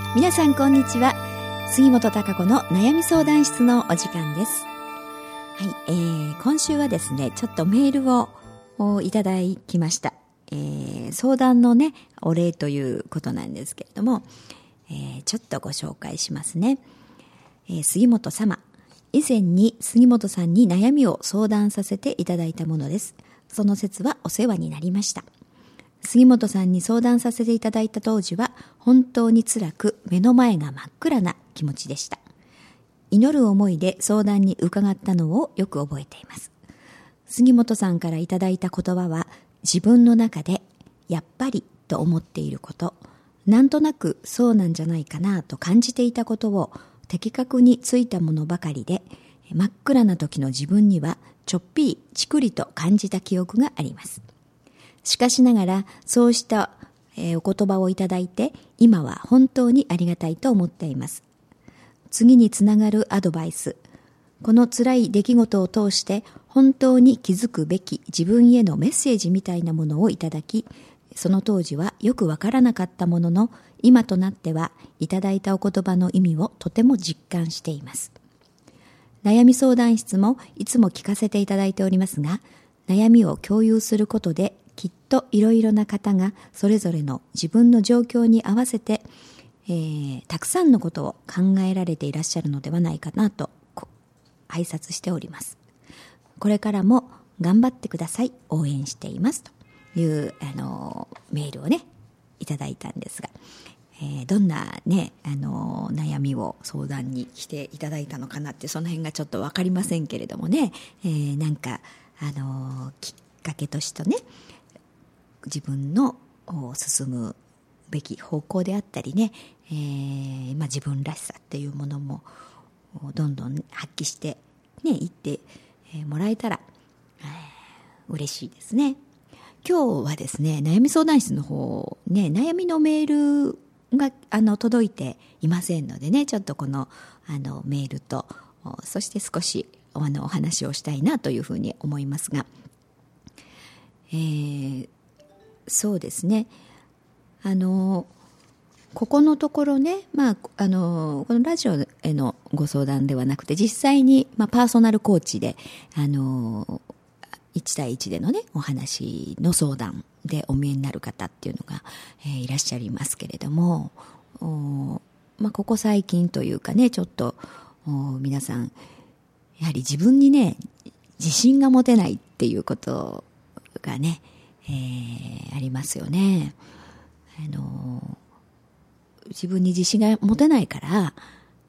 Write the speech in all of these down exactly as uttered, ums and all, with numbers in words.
皆さんこんにちは。杉本孝子の悩み相談室のお時間です。はい、えー、今週はですね、ちょっとメールをいただきました。えー、相談のね、お礼ということなんですけれども、えー、ちょっとご紹介しますね。えー、杉本様、以前に杉本さんに悩みを相談させていただいたものです。その説はお世話になりました。杉本さんに相談させていただいた当時は本当に辛く目の前が真っ暗な気持ちでした。祈る思いで相談に伺ったのをよく覚えています。杉本さんからいただいた言葉は、自分の中でやっぱりと思っていること、なんとなくそうなんじゃないかなと感じていたことを的確についたものばかりで、真っ暗な時の自分にはちょっぴりちくりと感じた記憶があります。しかしながらそうした、えー、お言葉をいただいて、今は本当にありがたいと思っています。次につながるアドバイス、この辛い出来事を通して本当に気づくべき自分へのメッセージみたいなものをいただき、その当時はよくわからなかったものの、今となってはいただいたお言葉の意味をとても実感しています。悩み相談室もいつも聞かせていただいておりますが、悩みを共有することできっといろいろな方がそれぞれの自分の状況に合わせて、えー、たくさんのことを考えられていらっしゃるのではないかなと拝察しております。これからも頑張ってください、応援していますというあのメールをねいただいたんですが、えー、どんなねあの悩みを相談に来ていただいたのかなって、その辺がちょっと分かりませんけれどもね、えー、なんかあのきっかけとしてね、自分の進むべき方向であったりね、えーまあ、自分らしさっていうものもどんどん発揮してねいってもらえたら、えー、嬉しいですね。今日はですね、悩み相談室の方ね、悩みのメールがあの届いていませんのでね、ちょっとこのあのメールと、そして少しあのお話をしたいなというふうに思いますが、えー、そうですね、あのここのところね、まあ、あのこのラジオへのご相談ではなくて、実際に、まあ、パーソナルコーチであのいち対いちでのねお話の相談でお見えになる方っていうのが、えー、いらっしゃいますけれども、まあ、ここ最近というかね、ちょっと皆さんやはり自分にね自信が持てないっていうことがね、えー、ありますよね。あの自分に自信が持てないから、あ、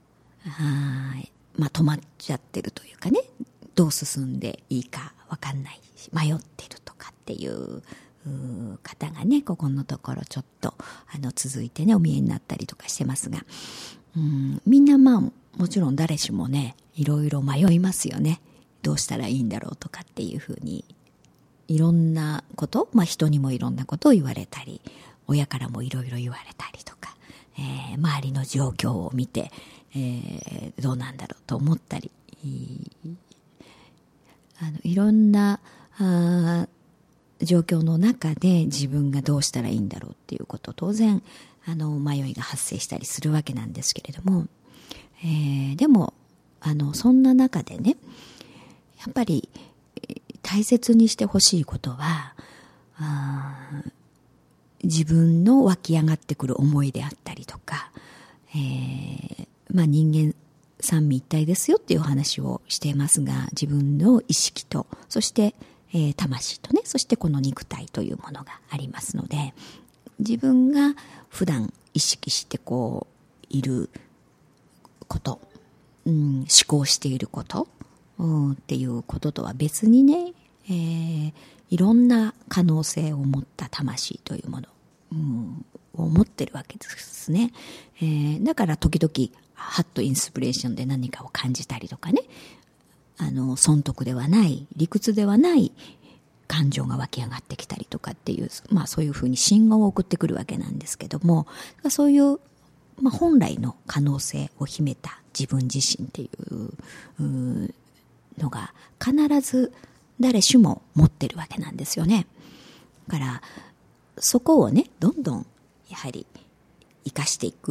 まあ、止まっちゃってるというかね、どう進んでいいか分かんないし迷ってるとかっていう方がね、ここのところちょっとあの続いてねお見えになったりとかしてますが、うん、みんなまあもちろん誰しもねいろいろ迷いますよね。どうしたらいいんだろうとかっていうふうに、いろんなこと、まあ、人にもいろんなことを言われたり、親からもいろいろ言われたりとか、えー、周りの状況を見て、えー、どうなんだろうと思ったり、あのいろんなあ状況の中で自分がどうしたらいいんだろうっていうこと、当然あの迷いが発生したりするわけなんですけれども、えー、でもあのそんな中でね、やっぱり大切にしてほしいことは、あ自分の湧き上がってくる思いであったりとか、えーまあ、人間三位一体ですよっていうお話をしていますが、自分の意識と、そして、えー、魂とね、そしてこの肉体というものがありますので、自分が普段意識してこういること、うん、思考していること、うん、っていうこととは別にね、えー、いろんな可能性を持った魂というもの、うん、を持ってるわけですね。えー、だから時々ハッとインスピレーションで何かを感じたりとかね、あの損得ではない理屈ではない感情が湧き上がってきたりとかっていう、まあそういうふうに信号を送ってくるわけなんですけども、そういう、まあ、本来の可能性を秘めた自分自身っていうのが必ず誰しも持ってるわけなんですよね。だからそこをねどんどんやはり生かしていく、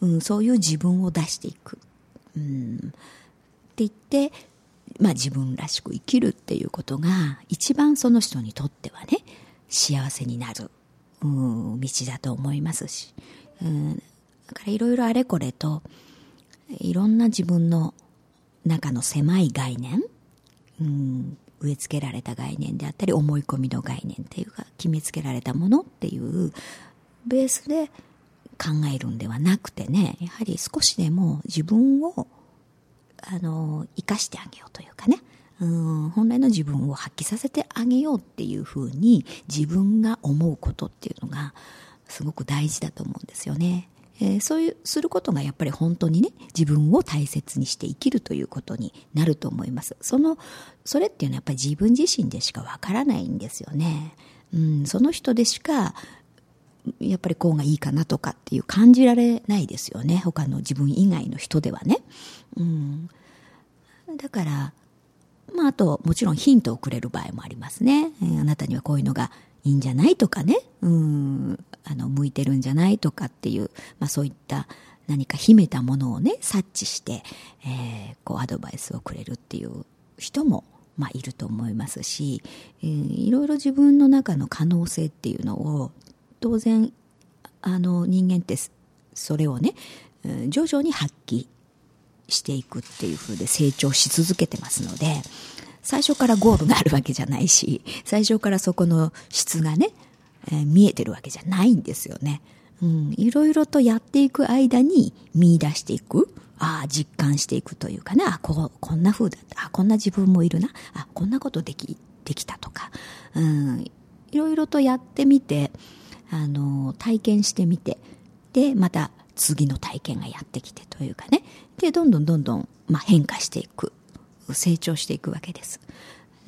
うん、そういう自分を出していく、うん、って言って、まあ、自分らしく生きるっていうことが一番その人にとってはね幸せになる、うん、道だと思いますし、うん、だからいろいろあれこれといろんな自分の中の狭い概念、うん、植え付けられた概念であったり思い込みの概念っていうか決めつけられたものっていうベースで考えるんではなくてね、やはり少しでも自分をあの生かしてあげようというかね、うん、本来の自分を発揮させてあげようっていうふうに自分が思うことっていうのがすごく大事だと思うんですよね。えー、そういうすることがやっぱり本当にね自分を大切にして生きるということになると思います。そのそれっていうのはやっぱり自分自身でしかわからないんですよね。うん、その人でしかやっぱりこうがいいかなとかっていう感じられないですよね、他の自分以外の人ではね。うん、だからまああともちろんヒントをくれる場合もありますね。えー、あなたにはこういうのがいいんじゃないとかね、うん、あの向いてるんじゃないとかっていう、まあ、そういった何か秘めたものをね察知して、えー、こうアドバイスをくれるっていう人もまあいると思いますし、えー、いろいろ自分の中の可能性っていうのを当然あの人間ってそれをね徐々に発揮していくっていう風で成長し続けてますので、最初からゴールがあるわけじゃないし、最初からそこの質がね、えー、見えてるわけじゃないんですよね。うん、いろいろとやっていく間に見出していく、ああ実感していくというかね、あこうこんな風だった、あこんな自分もいるな、あこんなことできできたとか、うん、いろいろとやってみて、あの体験してみて、でまた次の体験がやってきてというかね、でどんどんどんどん、まあ、変化していく、成長していくわけです。うん、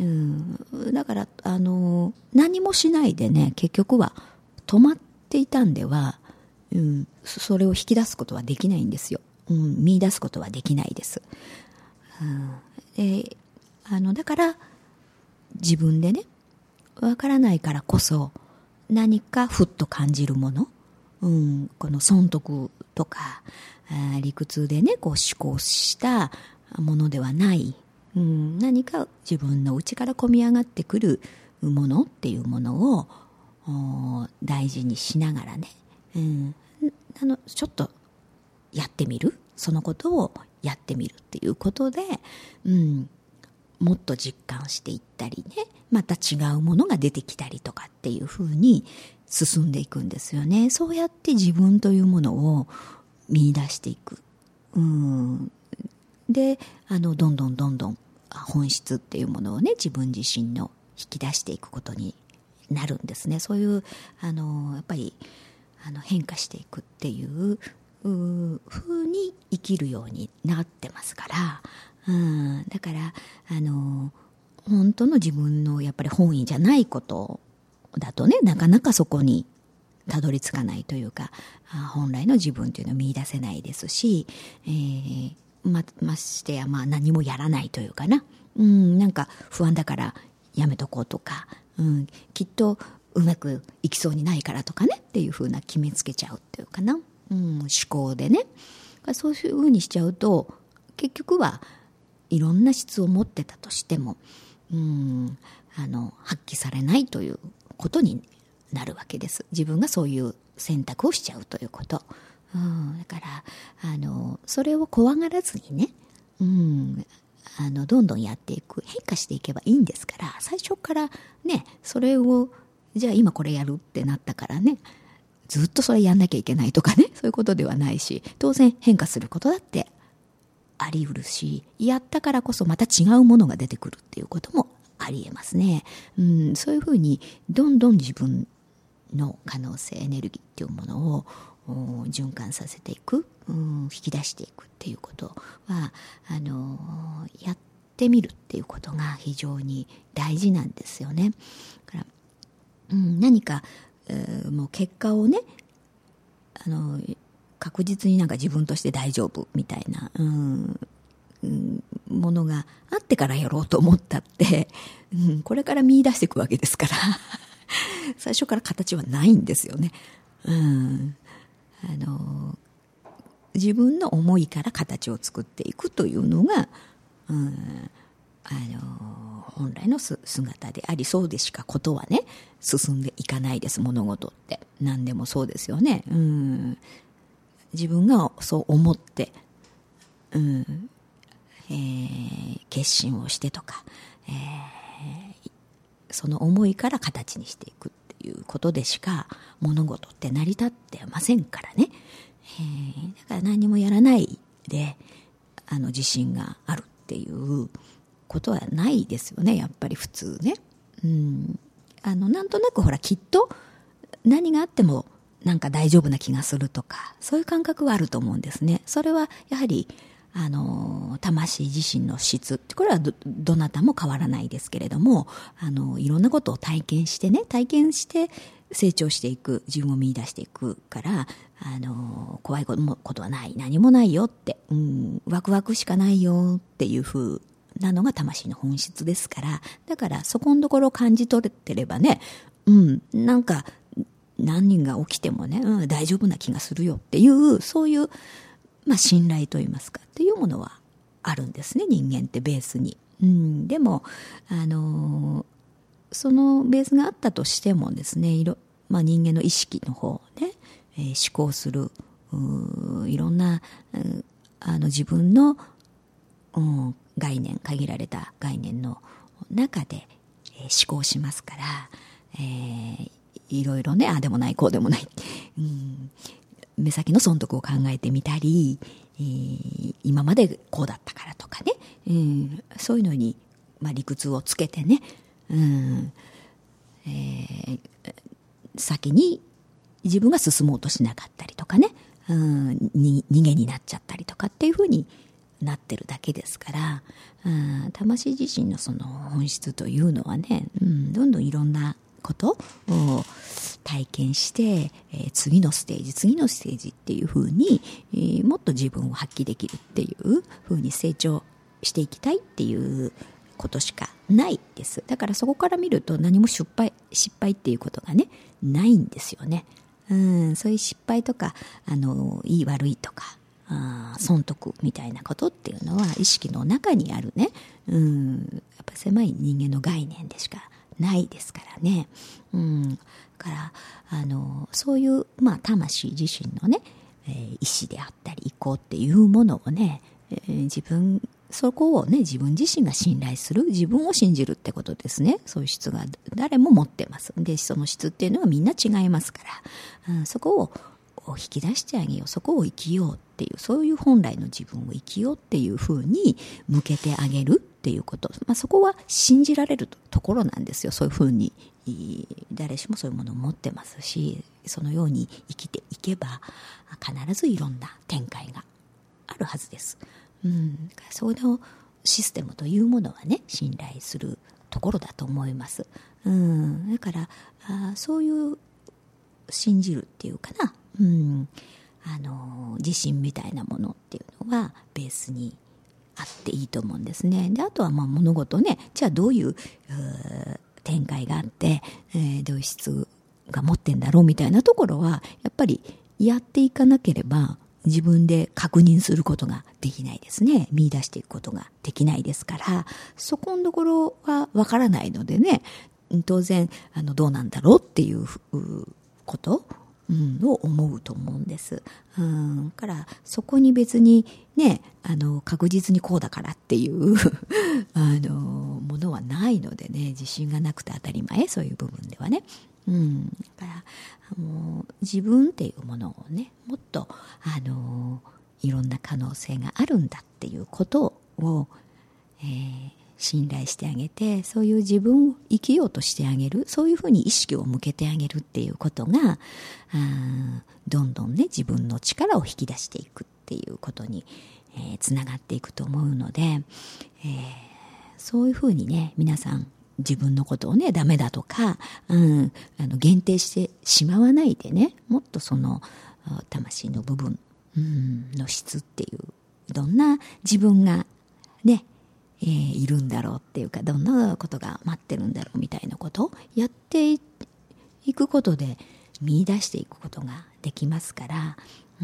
だからあの何もしないでね結局は止まっていたんでは、うん、それを引き出すことはできないんですよ。うん、見出すことはできないです。うん、であのだから自分でねわからないからこそ何かふっと感じるもの、うん、この損得とか理屈でねこう思考したものではない、うん、何か自分の内から込み上がってくるものっていうものを大事にしながらね、うん、あのちょっとやってみる、そのことをやってみるっていうことで、うん、もっと実感していったりね、また違うものが出てきたりとかっていう風に進んでいくんですよね。そうやって自分というものを見出していく、うん、であのどんどんどんどん本質っていうものをね自分自身の引き出していくことになるんですね。そういうあのやっぱりあの変化していくっていう風に生きるようになってますから、うん、だからあの本当の自分のやっぱり本意じゃないことだとねなかなかそこにたどり着かないというか、本来の自分というのを見出せないですし、えー、ま, ましてやまあ何もやらないというかな、うん、なんか不安だからやめとこうとか、うん、きっとうまくいきそうにないからとかねっていう風な決めつけちゃうっていうかな、うん、思考でね、そういう風にしちゃうと結局はいろんな質を持ってたとしても、うん、あの発揮されないということになるわけです。自分がそういう選択をしちゃうということ、うん、だからあのそれを怖がらずにね、うん、あのどんどんやっていく、変化していけばいいんですから、最初からねそれをじゃあ今これやるってなったからねずっとそれやんなきゃいけないとかね、そういうことではないし、当然変化することだってあり得るし、やったからこそまた違うものが出てくるっていうこともありえますね。うん、そういうふうにどんどん自分の可能性、エネルギーっていうものを循環させていく、うん、引き出していくっていうことはあのやってみるっていうことが非常に大事なんですよね。だから、うん、何か、えー、もう結果をねあの確実になんか自分として大丈夫みたいな、うんうん、ものがあってからやろうと思ったって、うん、これから見出していくわけですから最初から形はないんですよね。うん、あの自分の思いから形を作っていくというのが、うん、あの本来の姿であり、そうでしかことはね進んでいかないです。物事って何でもそうですよね。うん、自分がそう思って、うんえー、決心をしてとか、えー、その思いから形にしていくっていうことでしか物事って成り立ってませんからね。えー、だから何もやらないであの自信があるっていうことはないですよね、やっぱり普通ね。うん、あのなんとなくほらきっと何があってもなんか大丈夫な気がするとか、そういう感覚はあると思うんですね。それはやはりあの魂自身の質、これは ど, どなたも変わらないですけれども、あのいろんなことを体験してね、体験して成長していく、自分を見出していくから、あの怖いことはない、何もないよって、うん、ワクワクしかないよっていう風なのが魂の本質ですから、だからそこのところを感じ取れてればね、うん、なんか何人が起きてもね、うん、大丈夫な気がするよっていう、そういう、まあ、信頼といいますかっていうものはあるんですね、人間ってベースに。うん、でも、あのー、そのベースがあったとしてもですね、いろ、まあ、人間の意識の方ね、えー、思考する、いろんな、うん、あの自分の、うん、概念、限られた概念の中で、えー、思考しますから、えー、いろいろね、ああでもないこうでもない、うん、目先の損得を考えてみたり、えー、今までこうだったからとかね、うん、そういうのに、まあ、理屈をつけてね、うんえー、先に自分が進もうとしなかったりとかね、うん、に逃げになっちゃったりとかっていうふうになってるだけですから、うん、魂自身のその本質というのはね、うん、どんどんいろんなことを体験して、えー、次のステージ次のステージっていう風に、えー、もっと自分を発揮できるっていう風に成長していきたいっていうことしかないです。だからそこから見ると何も失敗失敗っていうことがねないんですよね。うん、そういう失敗とかあのいい悪いとかあ損得みたいなことっていうのは意識の中にあるね、うん、やっぱ狭い人間の概念でしかないですからね。うん、からあのそういう、まあ、魂自身のね、えー、意志であったり意向っていうものをね、えー、自分そこをね自分自身が信頼する、自分を信じるってことですね。そういう質が誰も持ってます。でその質っていうのはみんな違いますから、うん、そこを引き出してあげよう、そこを生きようっていう、そういう本来の自分を生きようっていうふうに向けてあげるっていうこと、まあ、そこは信じられるところなんですよ。そういうふうに誰しもそういうものを持ってますし、そのように生きていけば必ずいろんな展開があるはずです。うん、そのシステムというものはね信頼するところだと思います。うん、だからあそういう信じるっていうかな、うん、あの自信みたいなものっていうのはベースにあっていいと思うんですね。であとはまあ物事ね、じゃあどういう、う展開があって、えー、どういう質が持ってんだろうみたいなところはやっぱりやっていかなければ自分で確認することができないですね。見出していくことができないですから、そこのところはわからないのでね、当然あのどうなんだろうっていうこと、うん、を思うと思うんです。うん、からそこに別にね、あの確実にこうだからっていうあのものはないのでね、自信がなくて当たり前、そういう部分ではね。うん、だからもう自分っていうものをね、もっとあのいろんな可能性があるんだっていうことを、えー、信頼してあげて、そういう自分を生きようとしてあげる、そういうふうに意識を向けてあげるっていうことが、あどんどんね自分の力を引き出していくっていうことに、えー、つながっていくと思うので、えー、そういうふうにね皆さん自分のことをねダメだとか、うん、あの限定してしまわないでね、もっとその魂の部分、うん、の質っていう、どんな自分がね、えー、いるんだろうっていうか、どんなことが待ってるんだろうみたいなことをやっていくことで見出していくことができますから、う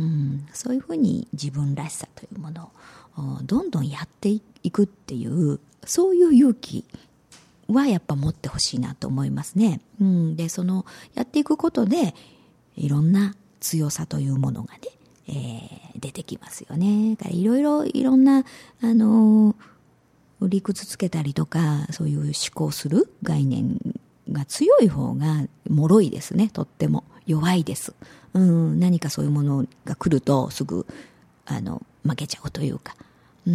うん、そういうふうに自分らしさというものをどんどんやっていくっていう、そういう勇気はやっぱ持ってほしいなと思いますね。うん、でそのやっていくことでいろんな強さというものがね、えー、出てきますよね。いろいろいろんなあのー、理屈つけたりとかそういう思考する概念が強い方が脆いですね。とっても弱いです。うん、何かそういうものが来るとすぐあの負けちゃうというか、うん、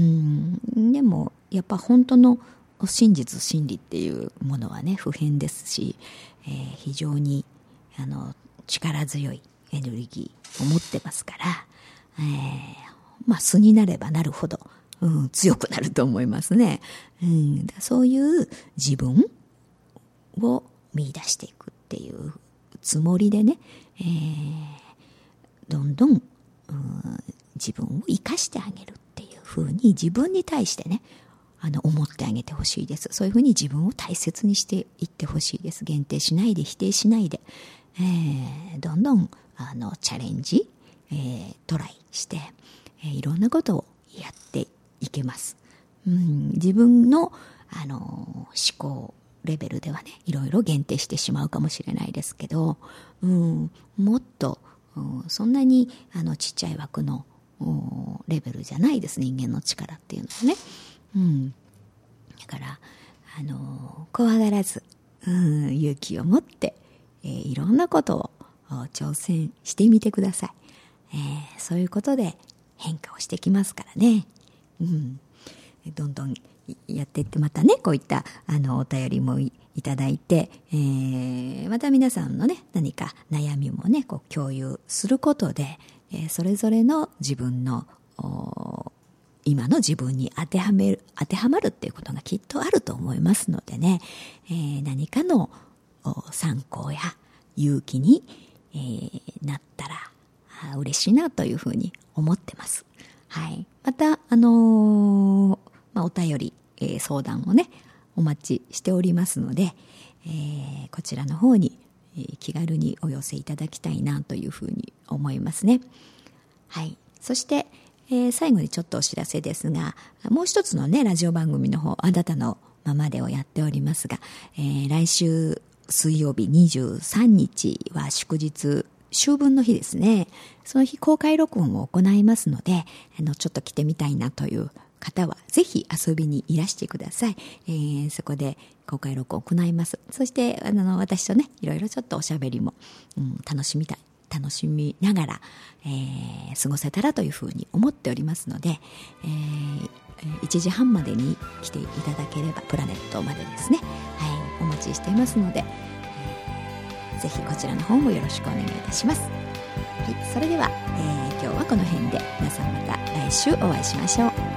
でもやっぱ本当の真実真理っていうものはね不変ですし、えー、非常にあの力強いエネルギーを持ってますから、えー、まあ素になればなるほど、うん、強くなると思いますね。うん、そういう自分を見出していくっていうつもりでね、えー、どんどん、うん、自分を生かしてあげるっていうふうに自分に対してねあの思ってあげてほしいです。そういうふうに自分を大切にしていってほしいです。限定しないで否定しないで、えー、どんどんあのチャレンジ、えー、トライして、えー、いろんなことをやっていけます。うん、自分の、あの思考レベルではねいろいろ限定してしまうかもしれないですけど、うん、もっと、うん、そんなにあのちっちゃい枠のレベルじゃないです。人間の力っていうのはね。うん、だからあの怖がらず、うん、勇気を持って、えー、いろんなことを挑戦してみてください。えー、そういうことで変化をしてきますからね。うん、どんどんやっていって、またねこういったあのお便りもいただいて、えー、また皆さんのね何か悩みもねこう共有することで、えー、それぞれの自分の今の自分に当てはめる、当てはまるっていうことがきっとあると思いますのでね、えー、何かの参考や勇気に、えー、なったら嬉しいなというふうに思ってます。はい。また、あのー、まあ、お便り、えー、相談をね、お待ちしておりますので、えー、こちらの方に、えー、気軽にお寄せいただきたいなというふうに思いますね。はい。そして、えー、最後にちょっとお知らせですが、もう一つのねラジオ番組の方、あなたのままでをやっておりますが、えー、来週水曜日にじゅうさんにちは祝日秋分の日ですね。その日公開録音を行いますので、あのちょっと来てみたいなという方はぜひ遊びにいらしてください。えー、そこで公開録音を行います。そしてあの私とねいろいろちょっとおしゃべりも、うん、楽しみたい楽しみながら、えー、過ごせたらというふうに思っておりますので、えー、いちじはんまでに来ていただければプラネットまでですね、はい、お待ちしていますので、えー、ぜひこちらの方もよろしくお願いいたします。はい、それでは、えー、今日はこの辺で皆さんまた来週お会いしましょう。